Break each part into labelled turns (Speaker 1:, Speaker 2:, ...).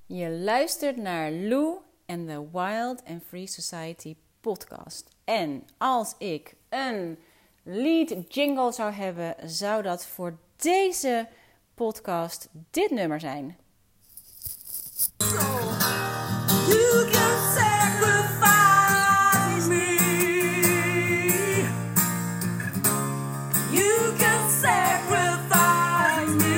Speaker 1: Je luistert naar Lou en de Wild and Free Society podcast. En als ik een lead jingle zou hebben, zou dat voor deze podcast dit nummer zijn. You can sacrifice me. You can sacrifice me,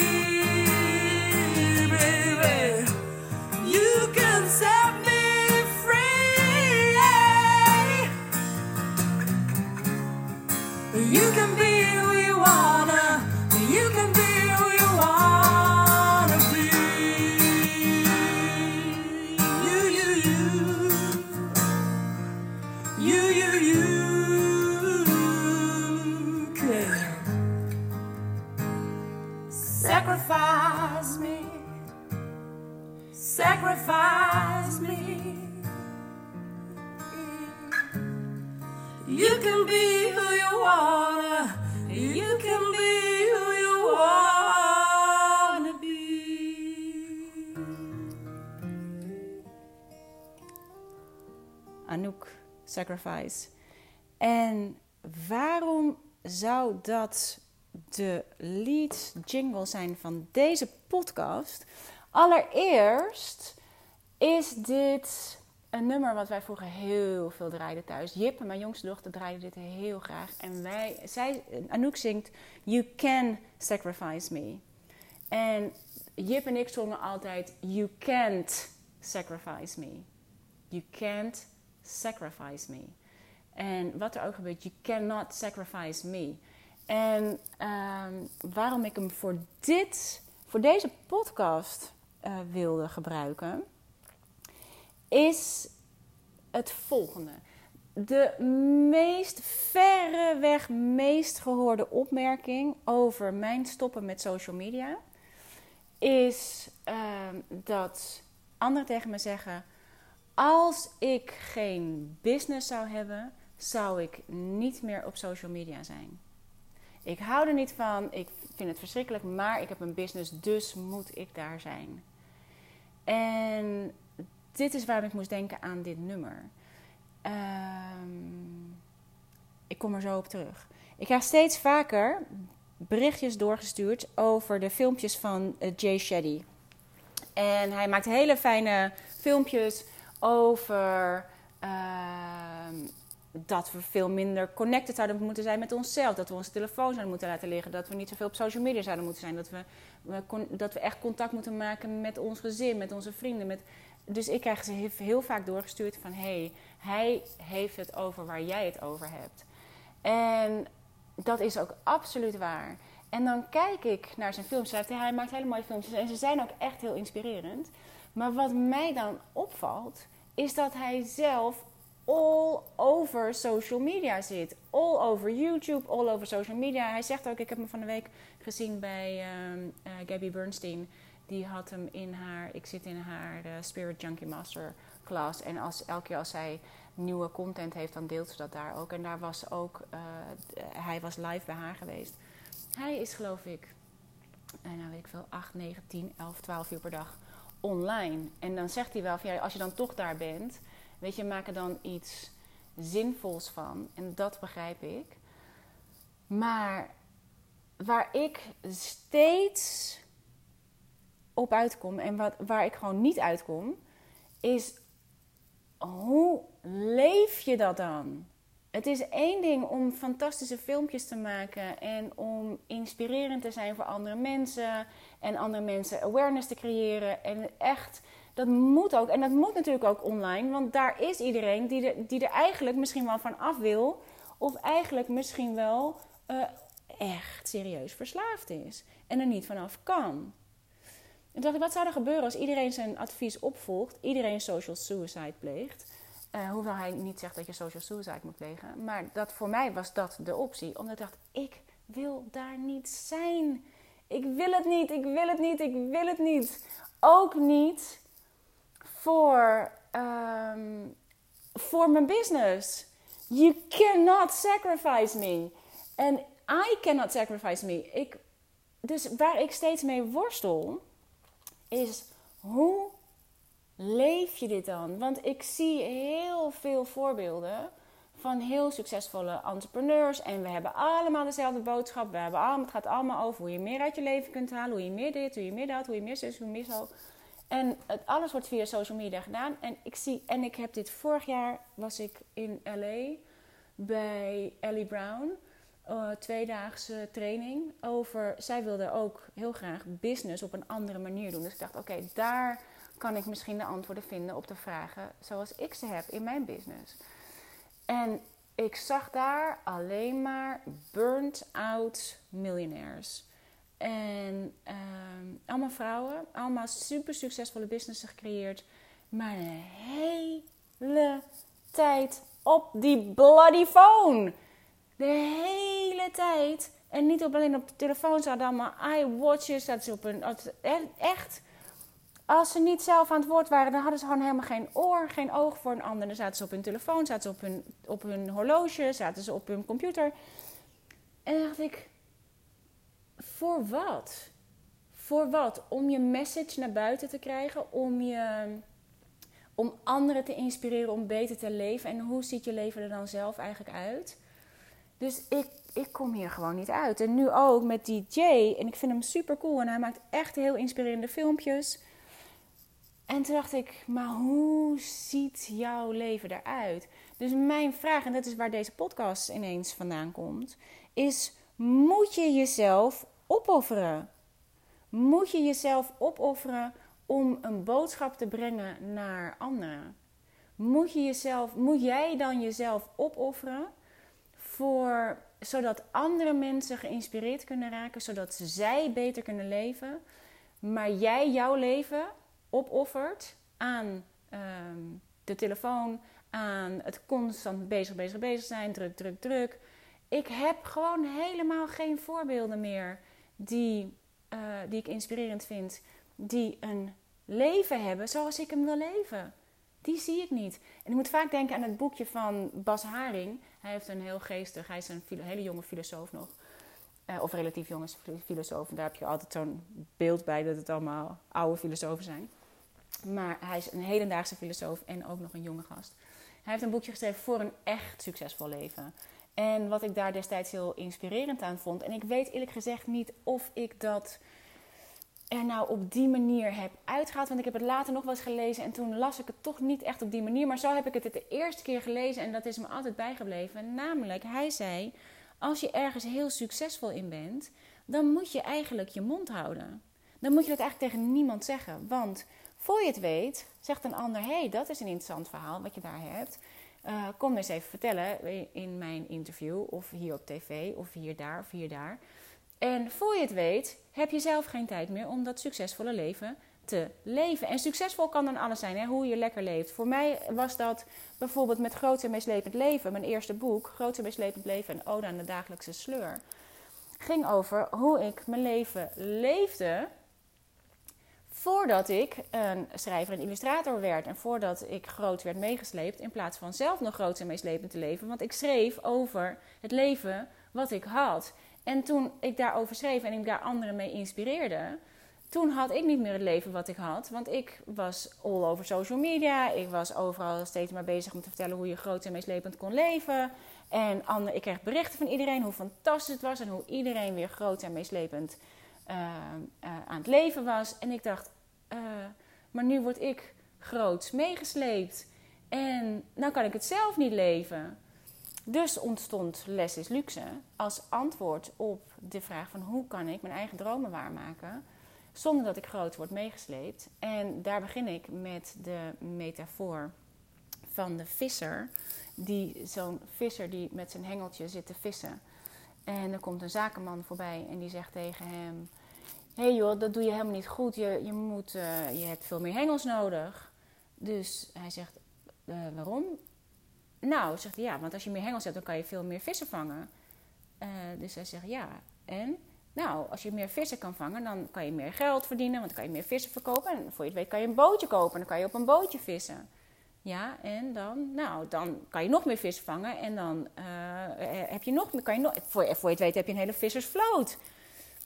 Speaker 1: baby. You can set me free. You can be who you wanna. You can be who you wanna be. You can sacrifice me. Sacrifice me. You can be who you wanna. You can be who you wanna be. Anouk, Sacrifice. En waarom zou dat de lead jingle zijn van deze podcast? Allereerst is dit een nummer wat wij vroeger heel veel draaiden thuis. Jip, mijn jongste dochter, draaide dit heel graag. En Anouk zingt You Can Sacrifice Me. En Jip en ik zongen altijd You Can't Sacrifice Me. You can't sacrifice me. En wat er ook gebeurt, you cannot sacrifice me. En waarom ik hem voor deze podcast wilde gebruiken, is het volgende. De verreweg meest gehoorde opmerking over mijn stoppen met social media is dat anderen tegen me zeggen: als ik geen business zou hebben, zou ik niet meer op social media zijn. Ik hou er niet van, ik vind het verschrikkelijk, maar ik heb een business, dus moet ik daar zijn. En dit is waarom ik moest denken aan dit nummer. Ik kom er zo op terug. Ik krijg steeds vaker berichtjes doorgestuurd over de filmpjes van Jay Shetty. En hij maakt hele fijne filmpjes over dat we veel minder connected zouden moeten zijn met onszelf. Dat we onze telefoon zouden moeten laten liggen. Dat we niet zoveel op social media zouden moeten zijn. Dat we echt contact moeten maken met ons gezin, met onze vrienden. Dus ik krijg ze heel vaak doorgestuurd van: hey, hij heeft het over waar jij het over hebt. En dat is ook absoluut waar. En dan kijk ik naar zijn films. Hij maakt hele mooie filmpjes en ze zijn ook echt heel inspirerend. Maar wat mij dan opvalt, is dat hij zelf all over social media zit. All over YouTube, all over social media. Hij zegt ook, ik heb hem van de week gezien bij Gabby Bernstein. Die had hem in ik zit in haar Spirit Junkie Master class. En elke keer als zij nieuwe content heeft, dan deelt ze dat daar ook. En daar was ook, hij was live bij haar geweest. Hij is, geloof ik, weet ik veel, 8, 9, 10, 11, 12 uur per dag online. En dan zegt hij wel van, ja, als je dan toch daar bent, weet je, maak er dan iets zinvols van. En dat begrijp ik. Maar waar ik steeds op uitkom en waar ik gewoon niet uitkom, is: hoe leef je dat dan? Het is één ding om fantastische filmpjes te maken en om inspirerend te zijn voor andere mensen en andere mensen awareness te creëren. En echt, dat moet ook. En dat moet natuurlijk ook online, want daar is iedereen die er eigenlijk misschien wel van af wil, of eigenlijk misschien wel echt serieus verslaafd is en er niet vanaf kan. En dacht ik, wat zou er gebeuren als iedereen zijn advies opvolgt, iedereen social suicide pleegt? Hoewel hij niet zegt dat je social suicide moet plegen. Maar voor mij was dat de optie. Omdat ik dacht, ik wil daar niet zijn. Ik wil het niet, ik wil het niet, ik wil het niet. Ook niet voor mijn business. You cannot sacrifice me. And I cannot sacrifice me. Dus waar ik steeds mee worstel, is: hoe leef je dit dan? Want ik zie heel veel voorbeelden van heel succesvolle entrepreneurs. En we hebben allemaal dezelfde boodschap. Het gaat allemaal over hoe je meer uit je leven kunt halen. Hoe je meer dit, hoe je meer dat, hoe je meer zus, hoe je meer zo. En alles wordt via social media gedaan. En ik heb dit vorig jaar, was ik in LA bij Ellie Brown. 2-daagse training over. Zij wilde ook heel graag business op een andere manier doen. Dus ik dacht, oké, daar kan ik misschien de antwoorden vinden op de vragen zoals ik ze heb in mijn business. En ik zag daar alleen maar burnt-out miljonairs. En allemaal vrouwen, allemaal super succesvolle businessen gecreëerd. Maar een hele tijd op die bloody phone. De hele tijd. En niet alleen op de telefoon, ze hadden allemaal iWatches. Dat ze op hun, echt, als ze niet zelf aan het woord waren, dan hadden ze gewoon helemaal geen oor, geen oog voor een ander. Dan zaten ze op hun telefoon, zaten ze op hun horloge, zaten ze op hun computer. En dan dacht ik, voor wat? Voor wat? Om je message naar buiten te krijgen, om anderen te inspireren om beter te leven. En hoe ziet je leven er dan zelf eigenlijk uit? Dus ik kom hier gewoon niet uit. En nu ook met die Jay. En ik vind hem super cool. En hij maakt echt heel inspirerende filmpjes. En toen dacht ik, maar hoe ziet jouw leven eruit? Dus mijn vraag, en dat is waar deze podcast ineens vandaan komt, is: moet je jezelf opofferen? Moet je jezelf opofferen om een boodschap te brengen naar anderen? Moet jij dan jezelf opofferen zodat andere mensen geïnspireerd kunnen raken, zodat zij beter kunnen leven, maar jij jouw leven opoffert aan de telefoon, aan het constant bezig zijn, druk. Ik heb gewoon helemaal geen voorbeelden meer die ik inspirerend vind, die een leven hebben zoals ik hem wil leven. Die zie ik niet. En ik moet vaak denken aan het boekje van Bas Haring. Hij is een hele jonge filosoof nog. Of relatief jonge filosoof. En daar heb je altijd zo'n beeld bij dat het allemaal oude filosofen zijn. Maar hij is een hedendaagse filosoof en ook nog een jonge gast. Hij heeft een boekje geschreven voor een echt succesvol leven. En wat ik daar destijds heel inspirerend aan vond. En ik weet eerlijk gezegd niet of ik dat er nou op die manier heb uitgehaald. Want ik heb het later nog wel eens gelezen en toen las ik het toch niet echt op die manier. Maar zo heb ik het de eerste keer gelezen en dat is me altijd bijgebleven. Namelijk, hij zei, als je ergens heel succesvol in bent, dan moet je eigenlijk je mond houden. Dan moet je dat eigenlijk tegen niemand zeggen. Want voor je het weet, zegt een ander, hey, dat is een interessant verhaal wat je daar hebt. Kom eens even vertellen in mijn interview of hier op tv of hier daar. En voor je het weet, heb je zelf geen tijd meer om dat succesvolle leven te leven. En succesvol kan dan alles zijn, hè? Hoe je lekker leeft. Voor mij was dat bijvoorbeeld met Groot en Meeslepend Leven. Mijn eerste boek, Groot en Meeslepend Leven, een ode aan de dagelijkse sleur. Ging over hoe ik mijn leven leefde voordat ik een schrijver en illustrator werd. En voordat ik groot werd meegesleept, in plaats van zelf nog groot en meeslepend te leven. Want ik schreef over het leven wat ik had. En toen ik daarover schreef en ik daar anderen mee inspireerde, toen had ik niet meer het leven wat ik had. Want ik was all over social media. Ik was overal steeds maar bezig om te vertellen hoe je groot en meeslepend kon leven. En ik kreeg berichten van iedereen hoe fantastisch het was en hoe iedereen weer groot en meeslepend aan het leven was. En ik dacht, maar nu word ik groots meegesleept. En nou kan ik het zelf niet leven. Dus ontstond Les is Luxe als antwoord op de vraag van hoe kan ik mijn eigen dromen waarmaken zonder dat ik groot word meegesleept. En daar begin ik met de metafoor van de visser. Zo'n visser die met zijn hengeltje zit te vissen. En er komt een zakenman voorbij en die zegt tegen hem: hey joh, dat doe je helemaal niet goed. Je hebt veel meer hengels nodig. Dus hij zegt, waarom? Nou, zegt hij, ja, want als je meer hengels hebt, dan kan je veel meer vissen vangen. Dus hij zegt, ja, en? Nou, als je meer vissen kan vangen, dan kan je meer geld verdienen, want dan kan je meer vissen verkopen. En voor je het weet kan je een bootje kopen en dan kan je op een bootje vissen. Ja, en dan? Nou, dan kan je nog meer vis vangen en dan heb je nog meer, voor je het weet heb je een hele vissersvloot.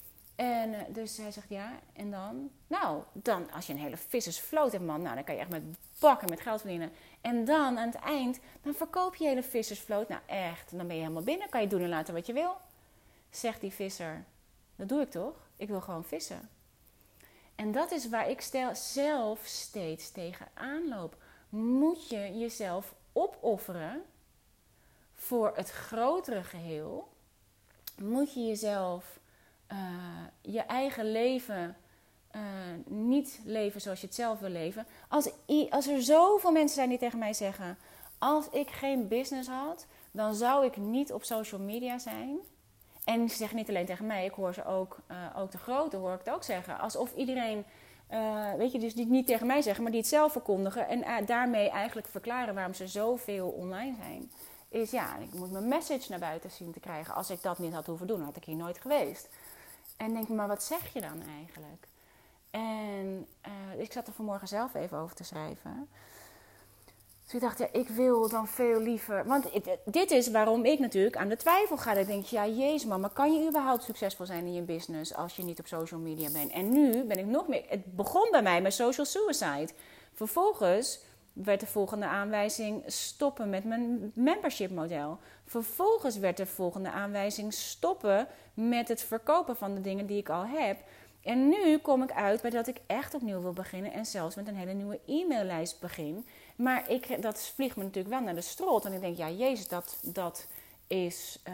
Speaker 1: En dus hij zegt ja, en dan? Nou, dan als je een hele vissersvloot hebt, man, nou, dan kan je echt met bakken met geld verdienen. En dan aan het eind, dan verkoop je hele vissersvloot. Nou echt, dan ben je helemaal binnen, kan je doen en laten wat je wil. Zegt die visser, dat doe ik toch? Ik wil gewoon vissen. En dat is waar ik zelf steeds tegenaan loop. Moet je jezelf opofferen voor het grotere geheel? Moet je jezelf je eigen leven niet leven zoals je het zelf wil leven? Als er zoveel mensen zijn die tegen mij zeggen, als ik geen business had, dan zou ik niet op social media zijn. En ze zeggen niet alleen tegen mij, ik hoor ze ook de grote hoor ik het ook zeggen. Alsof iedereen, weet je, dus die het niet tegen mij zeggen, maar die het zelf verkondigen. En daarmee eigenlijk verklaren waarom ze zoveel online zijn. Is ja, ik moet mijn message naar buiten zien te krijgen. Als ik dat niet had hoeven doen, had ik hier nooit geweest. En denk ik, maar wat zeg je dan eigenlijk? En ik zat er vanmorgen zelf even over te schrijven. Dus ik dacht, ja, ik wil dan veel liever... Want dit is waarom ik natuurlijk aan de twijfel ga. Dan denk je, ja, jezus man, maar kan je überhaupt succesvol zijn in je business als je niet op social media bent? En nu ben ik nog meer... Het begon bij mij met social suicide. Vervolgens werd de volgende aanwijzing stoppen met mijn membership model. Vervolgens werd de volgende aanwijzing stoppen met het verkopen van de dingen die ik al heb. En nu kom ik uit bij dat ik echt opnieuw wil beginnen en zelfs met een hele nieuwe e-maillijst begin. Maar dat vliegt me natuurlijk wel naar de strot. En ik denk, ja jezus, dat is...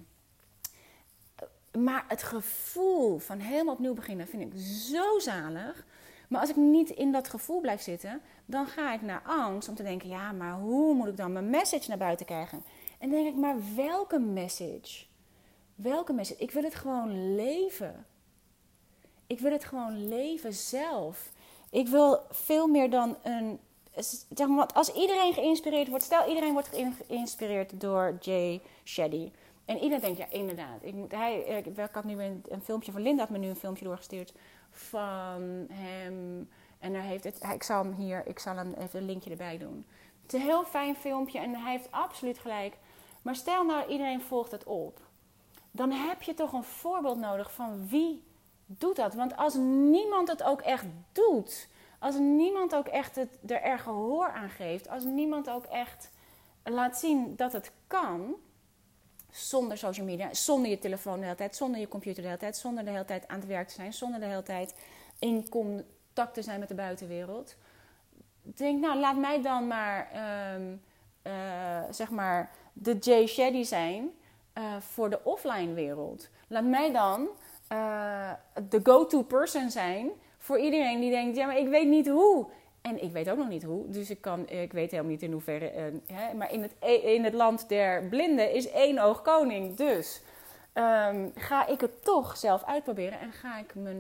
Speaker 1: Maar het gevoel van helemaal opnieuw beginnen vind ik zo zalig. Maar als ik niet in dat gevoel blijf zitten, dan ga ik naar angst om te denken, ja, maar hoe moet ik dan mijn message naar buiten krijgen? En dan denk ik, maar welke message? Welke message? Ik wil het gewoon leven. Ik wil het gewoon leven zelf. Ik wil veel meer dan een... Zeg maar, als iedereen geïnspireerd wordt... Stel, iedereen wordt geïnspireerd door Jay Shetty. En iedereen denkt, ja, inderdaad. Ik had nu een filmpje van Linda, had me nu een filmpje doorgestuurd van hem. En daar heeft het... Ik zal hem even een linkje erbij doen. Het is een heel fijn filmpje en hij heeft absoluut gelijk. Maar stel nou, iedereen volgt het op. Dan heb je toch een voorbeeld nodig van wie doet dat. Want als niemand het ook echt doet... Als niemand ook echt er gehoor aan geeft... Als niemand ook echt laat zien dat het kan... Zonder social media, zonder je telefoon de hele tijd... Zonder je computer de hele tijd... Zonder de hele tijd aan het werk te zijn... Zonder de hele tijd in contact te zijn met de buitenwereld... Denk, nou, laat mij dan maar... zeg maar de Jay Shetty zijn... voor de offline wereld. Laat mij dan... de go-to person zijn... voor iedereen die denkt, ja, maar ik weet niet hoe. En ik weet ook nog niet hoe. Dus ik weet helemaal niet in hoeverre... maar in het land der blinden is 1 oog koning. Dus ga ik het toch zelf uitproberen. En ga ik mijn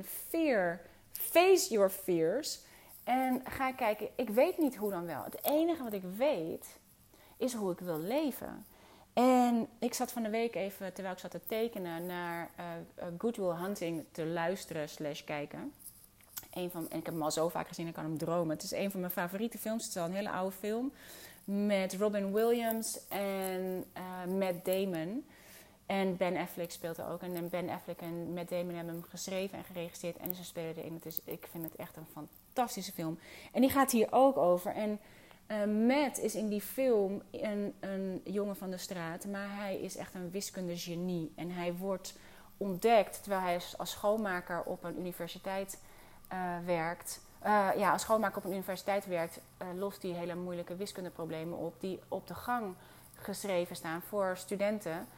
Speaker 1: face your fears. En ga ik kijken, ik weet niet hoe dan wel. Het enige wat ik weet, is hoe ik wil leven. En ik zat van de week even, terwijl ik zat te tekenen... naar Good Will Hunting te luisteren / kijken... En ik heb hem al zo vaak gezien, ik kan hem dromen. Het is een van mijn favoriete films. Het is al een hele oude film. Met Robin Williams en Matt Damon. En Ben Affleck speelt er ook. En Ben Affleck en Matt Damon hebben hem geschreven en geregisseerd. En ze spelen erin. Ik vind het echt een fantastische film. En die gaat hier ook over. En Matt is in die film een jongen van de straat. Maar hij is echt een wiskundegenie. En hij wordt ontdekt terwijl hij als schoonmaker op een universiteit... werkt. Als schoonmaker op een universiteit werkt, lost hij hele moeilijke wiskundeproblemen op die op de gang geschreven staan voor studenten,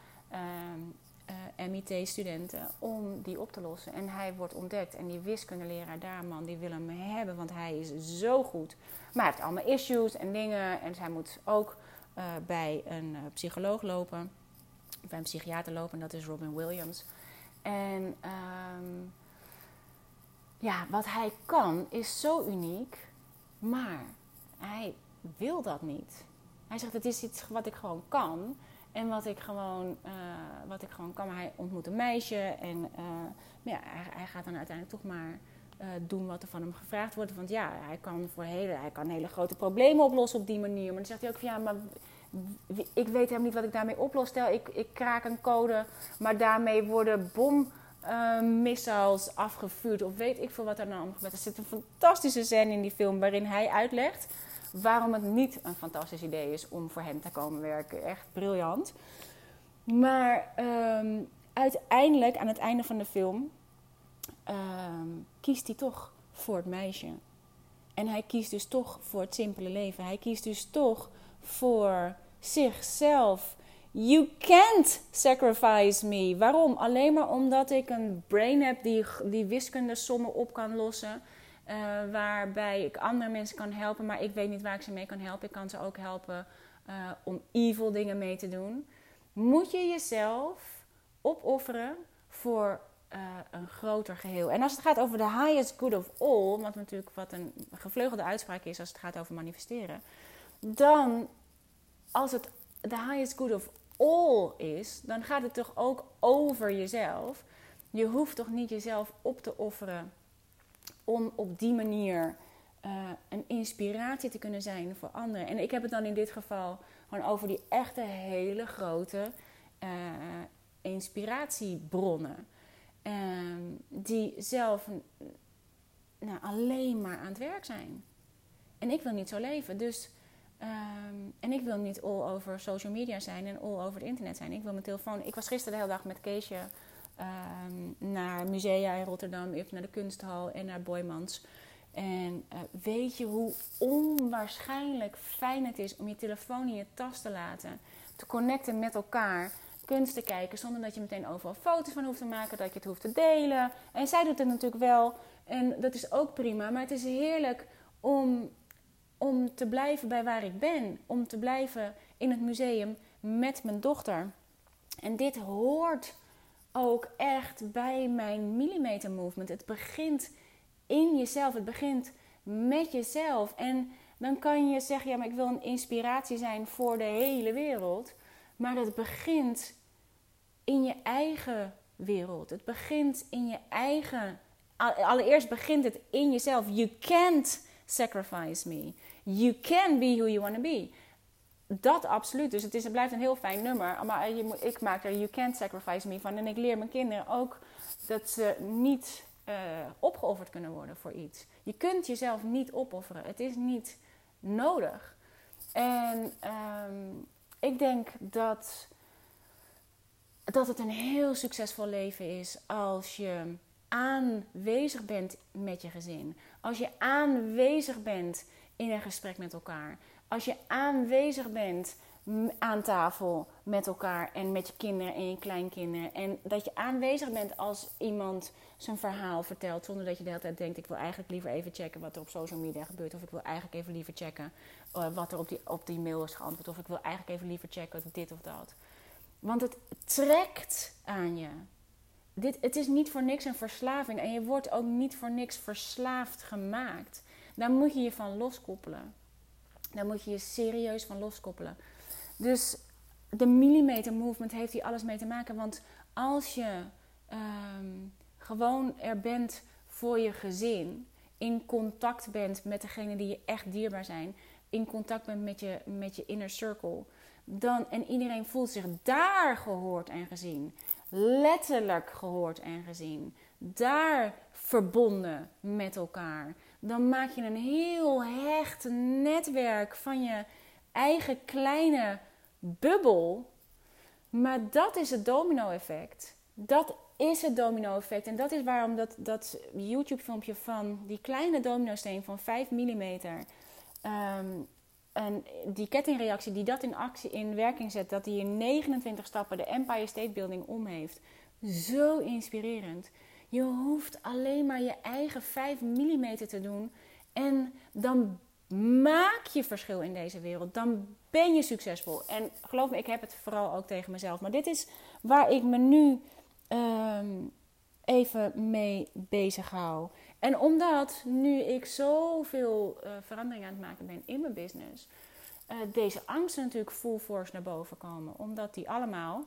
Speaker 1: MIT-studenten, om die op te lossen. En hij wordt ontdekt en die wiskundeleraar daar, man, die wil hem hebben, want hij is zo goed. Maar hij heeft allemaal issues en dingen en hij moet ook bij een psycholoog lopen, bij een psychiater lopen, en dat is Robin Williams. En wat hij kan is zo uniek, maar hij wil dat niet. Hij zegt, het is iets wat ik gewoon kan en wat ik gewoon kan. Maar hij ontmoet een meisje en hij gaat dan uiteindelijk toch maar doen wat er van hem gevraagd wordt. Want ja, hij kan hele grote problemen oplossen op die manier. Maar dan zegt hij ook van ja, maar ik weet helemaal niet wat ik daarmee oplos. Stel, ik kraak een code, maar daarmee worden missiles afgevuurd of weet ik veel wat er nou allemaal gebeurt. Er zit een fantastische scène in die film waarin hij uitlegt waarom het niet een fantastisch idee is om voor hem te komen werken. Echt briljant. Maar uiteindelijk, aan het einde van de film, kiest hij toch voor het meisje. En hij kiest dus toch voor het simpele leven. Hij kiest dus toch voor zichzelf. You can't sacrifice me. Waarom? Alleen maar omdat ik een brain heb die wiskundesommen op kan lossen. Waarbij ik andere mensen kan helpen, maar ik weet niet waar ik ze mee kan helpen. Ik kan ze ook helpen om evil dingen mee te doen. Moet je jezelf opofferen voor een groter geheel. En als het gaat over the highest good of all, wat natuurlijk wat een gevleugelde uitspraak is als het gaat over manifesteren, dan als het the highest good of all is, dan gaat het toch ook over jezelf. Je hoeft toch niet jezelf op te offeren om op die manier een inspiratie te kunnen zijn voor anderen. En ik heb het dan in dit geval gewoon over die echte hele grote inspiratiebronnen. Die zelf alleen maar aan het werk zijn. En ik wil niet zo leven. Dus, en ik wil niet all over social media zijn en all over het internet zijn. Ik wil mijn telefoon. Ik was gisteren de hele dag met Keesje naar musea in Rotterdam, even naar de kunsthal en naar Boijmans. En weet je hoe onwaarschijnlijk fijn het is om je telefoon in je tas te laten, te connecten met elkaar, kunst te kijken zonder dat je meteen overal foto's van hoeft te maken, dat je het hoeft te delen. En zij doet het natuurlijk wel en dat is ook prima, maar het is heerlijk om te blijven bij waar ik ben, om te blijven in het museum met mijn dochter. En dit hoort ook echt bij mijn millimeter movement. Het begint in jezelf, het begint met jezelf. En dan kan je zeggen, ja, maar ik wil een inspiratie zijn voor de hele wereld. Maar het begint in je eigen wereld. Het begint in je eigen... Allereerst begint het in jezelf. You can't sacrifice me. You can be who you want to be. Dat absoluut. Dus het blijft een heel fijn nummer. Maar ik maak er You Can't Sacrifice Me van. En ik leer mijn kinderen ook dat ze niet opgeofferd kunnen worden voor iets. Je kunt jezelf niet opofferen. Het is niet nodig. En ik denk dat het een heel succesvol leven is als je aanwezig bent met je gezin. Als je aanwezig bent in een gesprek met elkaar. Als je aanwezig bent aan tafel met elkaar en met je kinderen en je kleinkinderen. En dat je aanwezig bent als iemand zijn verhaal vertelt. Zonder dat je de hele tijd denkt, ik wil eigenlijk liever even checken wat er op social media gebeurt. Of ik wil eigenlijk even liever checken wat er op die mail is geantwoord. Of ik wil eigenlijk even liever checken dit of dat. Want het trekt aan je. Het is niet voor niks een verslaving. En je wordt ook niet voor niks verslaafd gemaakt. Daar moet je je van loskoppelen. Daar moet je je serieus van loskoppelen. Dus de millimeter movement heeft hier alles mee te maken. Want als je gewoon er bent voor je gezin, in contact bent met degenen die je echt dierbaar zijn, in contact bent met je inner circle, en iedereen voelt zich daar gehoord en gezien, letterlijk gehoord en gezien, daar verbonden met elkaar, dan maak je een heel hecht netwerk van je eigen kleine bubbel. Maar dat is het domino-effect. Dat is het domino-effect. En dat is waarom dat YouTube-filmpje van die kleine domino-steen van 5 millimeter... en die kettingreactie die dat in werking zet, dat die in 29 stappen de Empire State Building om heeft. Zo inspirerend. Je hoeft alleen maar je eigen 5 millimeter te doen. En dan maak je verschil in deze wereld. Dan ben je succesvol. En geloof me, ik heb het vooral ook tegen mezelf. Maar dit is waar ik me nu even mee bezig hou. En omdat nu ik zoveel verandering aan het maken ben in mijn business, deze angsten natuurlijk full force naar boven komen. Omdat die allemaal,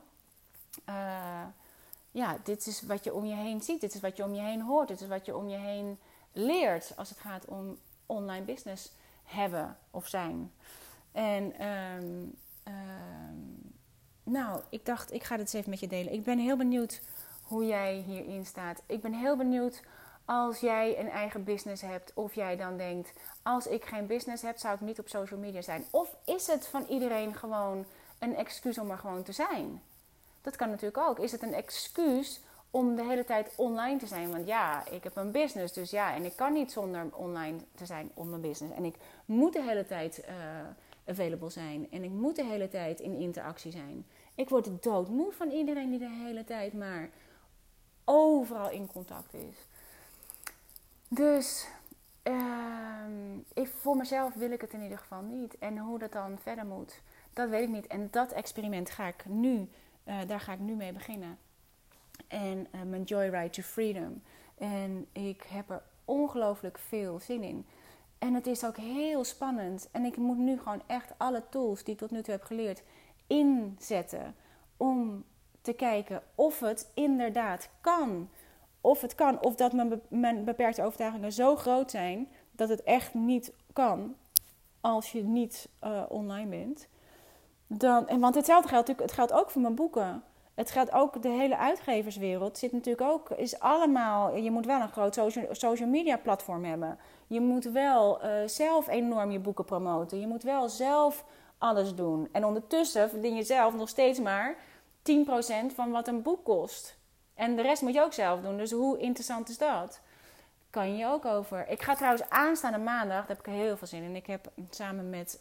Speaker 1: dit is wat je om je heen ziet. Dit is wat je om je heen hoort. Dit is wat je om je heen leert als het gaat om online business hebben of zijn. En ik dacht, ik ga dit eens even met je delen. Ik ben heel benieuwd hoe jij hierin staat. Ik ben heel benieuwd als jij een eigen business hebt. Of jij dan denkt, als ik geen business heb, zou ik niet op social media zijn. Of is het van iedereen gewoon een excuus om er gewoon te zijn? Dat kan natuurlijk ook. Is het een excuus om de hele tijd online te zijn? Want ja, ik heb een business, dus ja, en ik kan niet zonder online te zijn op mijn business. En ik moet de hele tijd available zijn. En ik moet de hele tijd in interactie zijn. Ik word doodmoe van iedereen die de hele tijd maar overal in contact is. Dus voor mezelf wil ik het in ieder geval niet. En hoe dat dan verder moet, dat weet ik niet. En dat experiment daar ga ik nu mee beginnen. En mijn Joyride to Freedom. En ik heb er ongelooflijk veel zin in. En het is ook heel spannend. En ik moet nu gewoon echt alle tools die ik tot nu toe heb geleerd inzetten. Om te kijken of het inderdaad kan. Of dat mijn beperkte overtuigingen zo groot zijn dat het echt niet kan als je niet online bent. Want hetzelfde geldt natuurlijk, het geldt ook voor mijn boeken. Het geldt ook de hele uitgeverswereld. Is allemaal, je moet wel een groot social media platform hebben. Je moet wel zelf enorm je boeken promoten. Je moet wel zelf alles doen. En ondertussen verdien je zelf nog steeds maar 10% van wat een boek kost. En de rest moet je ook zelf doen. Dus hoe interessant is dat? Kan je ook over. Ik ga trouwens aanstaande maandag, daar heb ik heel veel zin in. Ik heb samen met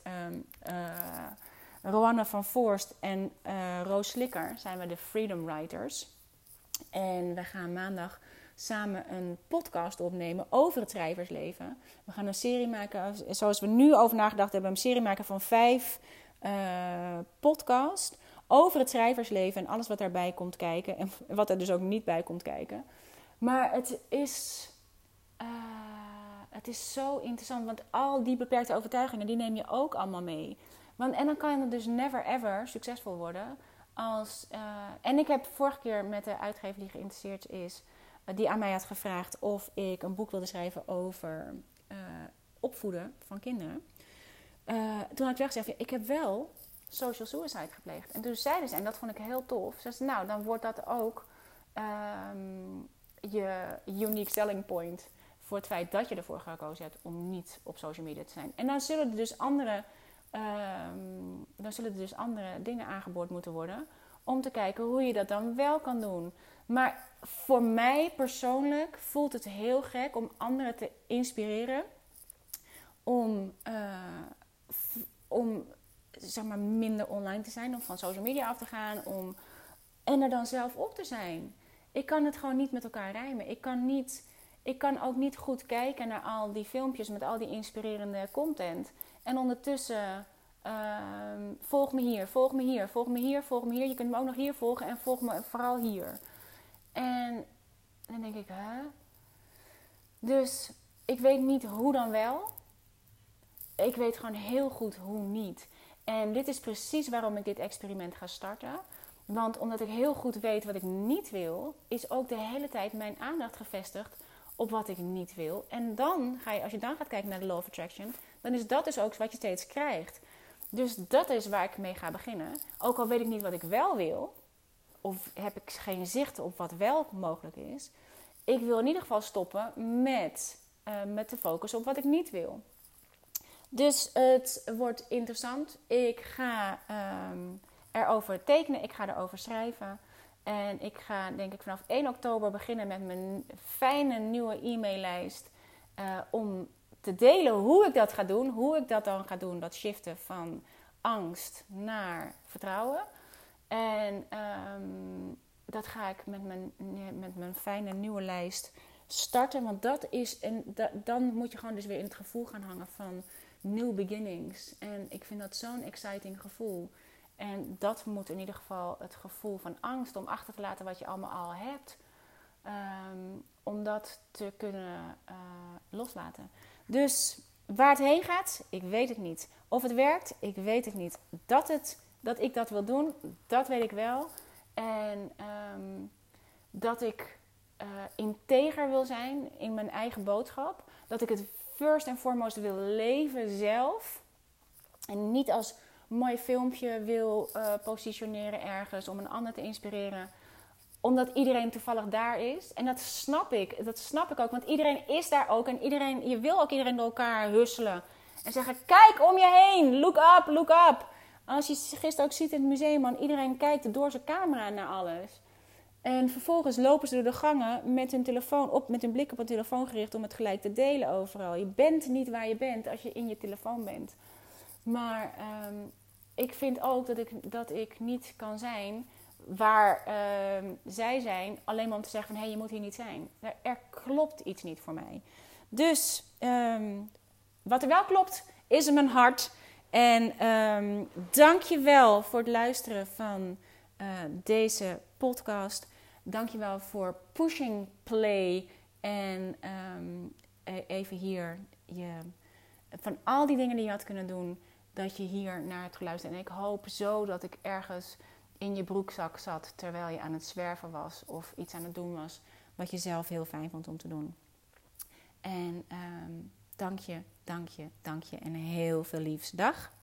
Speaker 1: Roanne van Voorst en Roos Slikker zijn we de Freedom Writers. En we gaan maandag samen een podcast opnemen over het schrijversleven. We gaan een serie maken, zoals we nu over nagedacht hebben, een serie maken van 5 podcasts over het schrijversleven en alles wat daarbij komt kijken. En wat er dus ook niet bij komt kijken. Maar het is zo interessant, want al die beperkte overtuigingen, die neem je ook allemaal mee. En dan kan je dus never ever succesvol worden. En ik heb vorige keer met de uitgever die geïnteresseerd is, die aan mij had gevraagd of ik een boek wilde schrijven over opvoeden van kinderen. Toen had ik wel gezegd, ik heb wel social suicide gepleegd. En toen zeiden ze, en dat vond ik heel tof, ze zei, nou, dan wordt dat ook je unique selling point voor het feit dat je ervoor gekozen hebt om niet op social media te zijn. En dan zullen er dus andere dingen aangeboord moeten worden om te kijken hoe je dat dan wel kan doen. Maar voor mij persoonlijk voelt het heel gek om anderen te inspireren om zeg maar minder online te zijn, om van social media af te gaan, en er dan zelf op te zijn. Ik kan het gewoon niet met elkaar rijmen. Ik kan ook niet goed kijken naar al die filmpjes met al die inspirerende content. En ondertussen, volg me hier, volg me hier, volg me hier, volg me hier. Je kunt me ook nog hier volgen en volg me vooral hier. En dan denk ik, Dus ik weet niet hoe dan wel. Ik weet gewoon heel goed hoe niet. En dit is precies waarom ik dit experiment ga starten. Want omdat ik heel goed weet wat ik niet wil, is ook de hele tijd mijn aandacht gevestigd op wat ik niet wil. En dan als je dan gaat kijken naar de Law of Attraction, dan is dat dus ook wat je steeds krijgt. Dus dat is waar ik mee ga beginnen. Ook al weet ik niet wat ik wel wil, of heb ik geen zicht op wat wel mogelijk is. Ik wil in ieder geval stoppen met de focus op wat ik niet wil. Dus het wordt interessant. Ik ga erover tekenen, ik ga erover schrijven. En ik ga denk ik vanaf 1 oktober beginnen met mijn fijne nieuwe e-maillijst. Om te delen hoe ik dat ga doen. Hoe ik dat dan ga doen, dat shiften van angst naar vertrouwen. En dat ga ik met mijn fijne nieuwe lijst starten. Want dan moet je gewoon dus weer in het gevoel gaan hangen van new beginnings. En ik vind dat zo'n exciting gevoel. En dat moet in ieder geval het gevoel van angst om achter te laten wat je allemaal al hebt. Om dat te kunnen loslaten. Dus waar het heen gaat, ik weet het niet. Of het werkt, ik weet het niet. Dat ik dat wil doen, dat weet ik wel. En dat ik integer wil zijn in mijn eigen boodschap. Dat ik het first en foremost wil leven zelf. En niet als mooi filmpje wil positioneren ergens om een ander te inspireren. omdat iedereen toevallig daar is. En dat snap ik. Dat snap ik ook. Want iedereen is daar ook. En je wil ook iedereen door elkaar husselen. En zeggen, kijk om je heen. Look up, look up. Als je gisteren ook ziet in het museum, man, iedereen kijkt door zijn camera naar alles. En vervolgens lopen ze door de gangen met hun telefoon met hun blik op hun telefoon gericht om het gelijk te delen overal. Je bent niet waar je bent als je in je telefoon bent. Maar ik vind ook dat ik niet kan zijn waar zij zijn, alleen maar om te zeggen van, hé, je moet hier niet zijn. Er klopt iets niet voor mij. Dus wat er wel klopt, is in mijn hart. En dank je wel voor het luisteren van deze podcast. Dank je wel voor pushing play. En even hier van al die dingen die je had kunnen doen, dat je hier naar hebt geluisterd. En ik hoop zo dat ik ergens in je broekzak zat terwijl je aan het zwerven was of iets aan het doen was wat je zelf heel fijn vond om te doen. En dank je en heel veel liefs. Dag.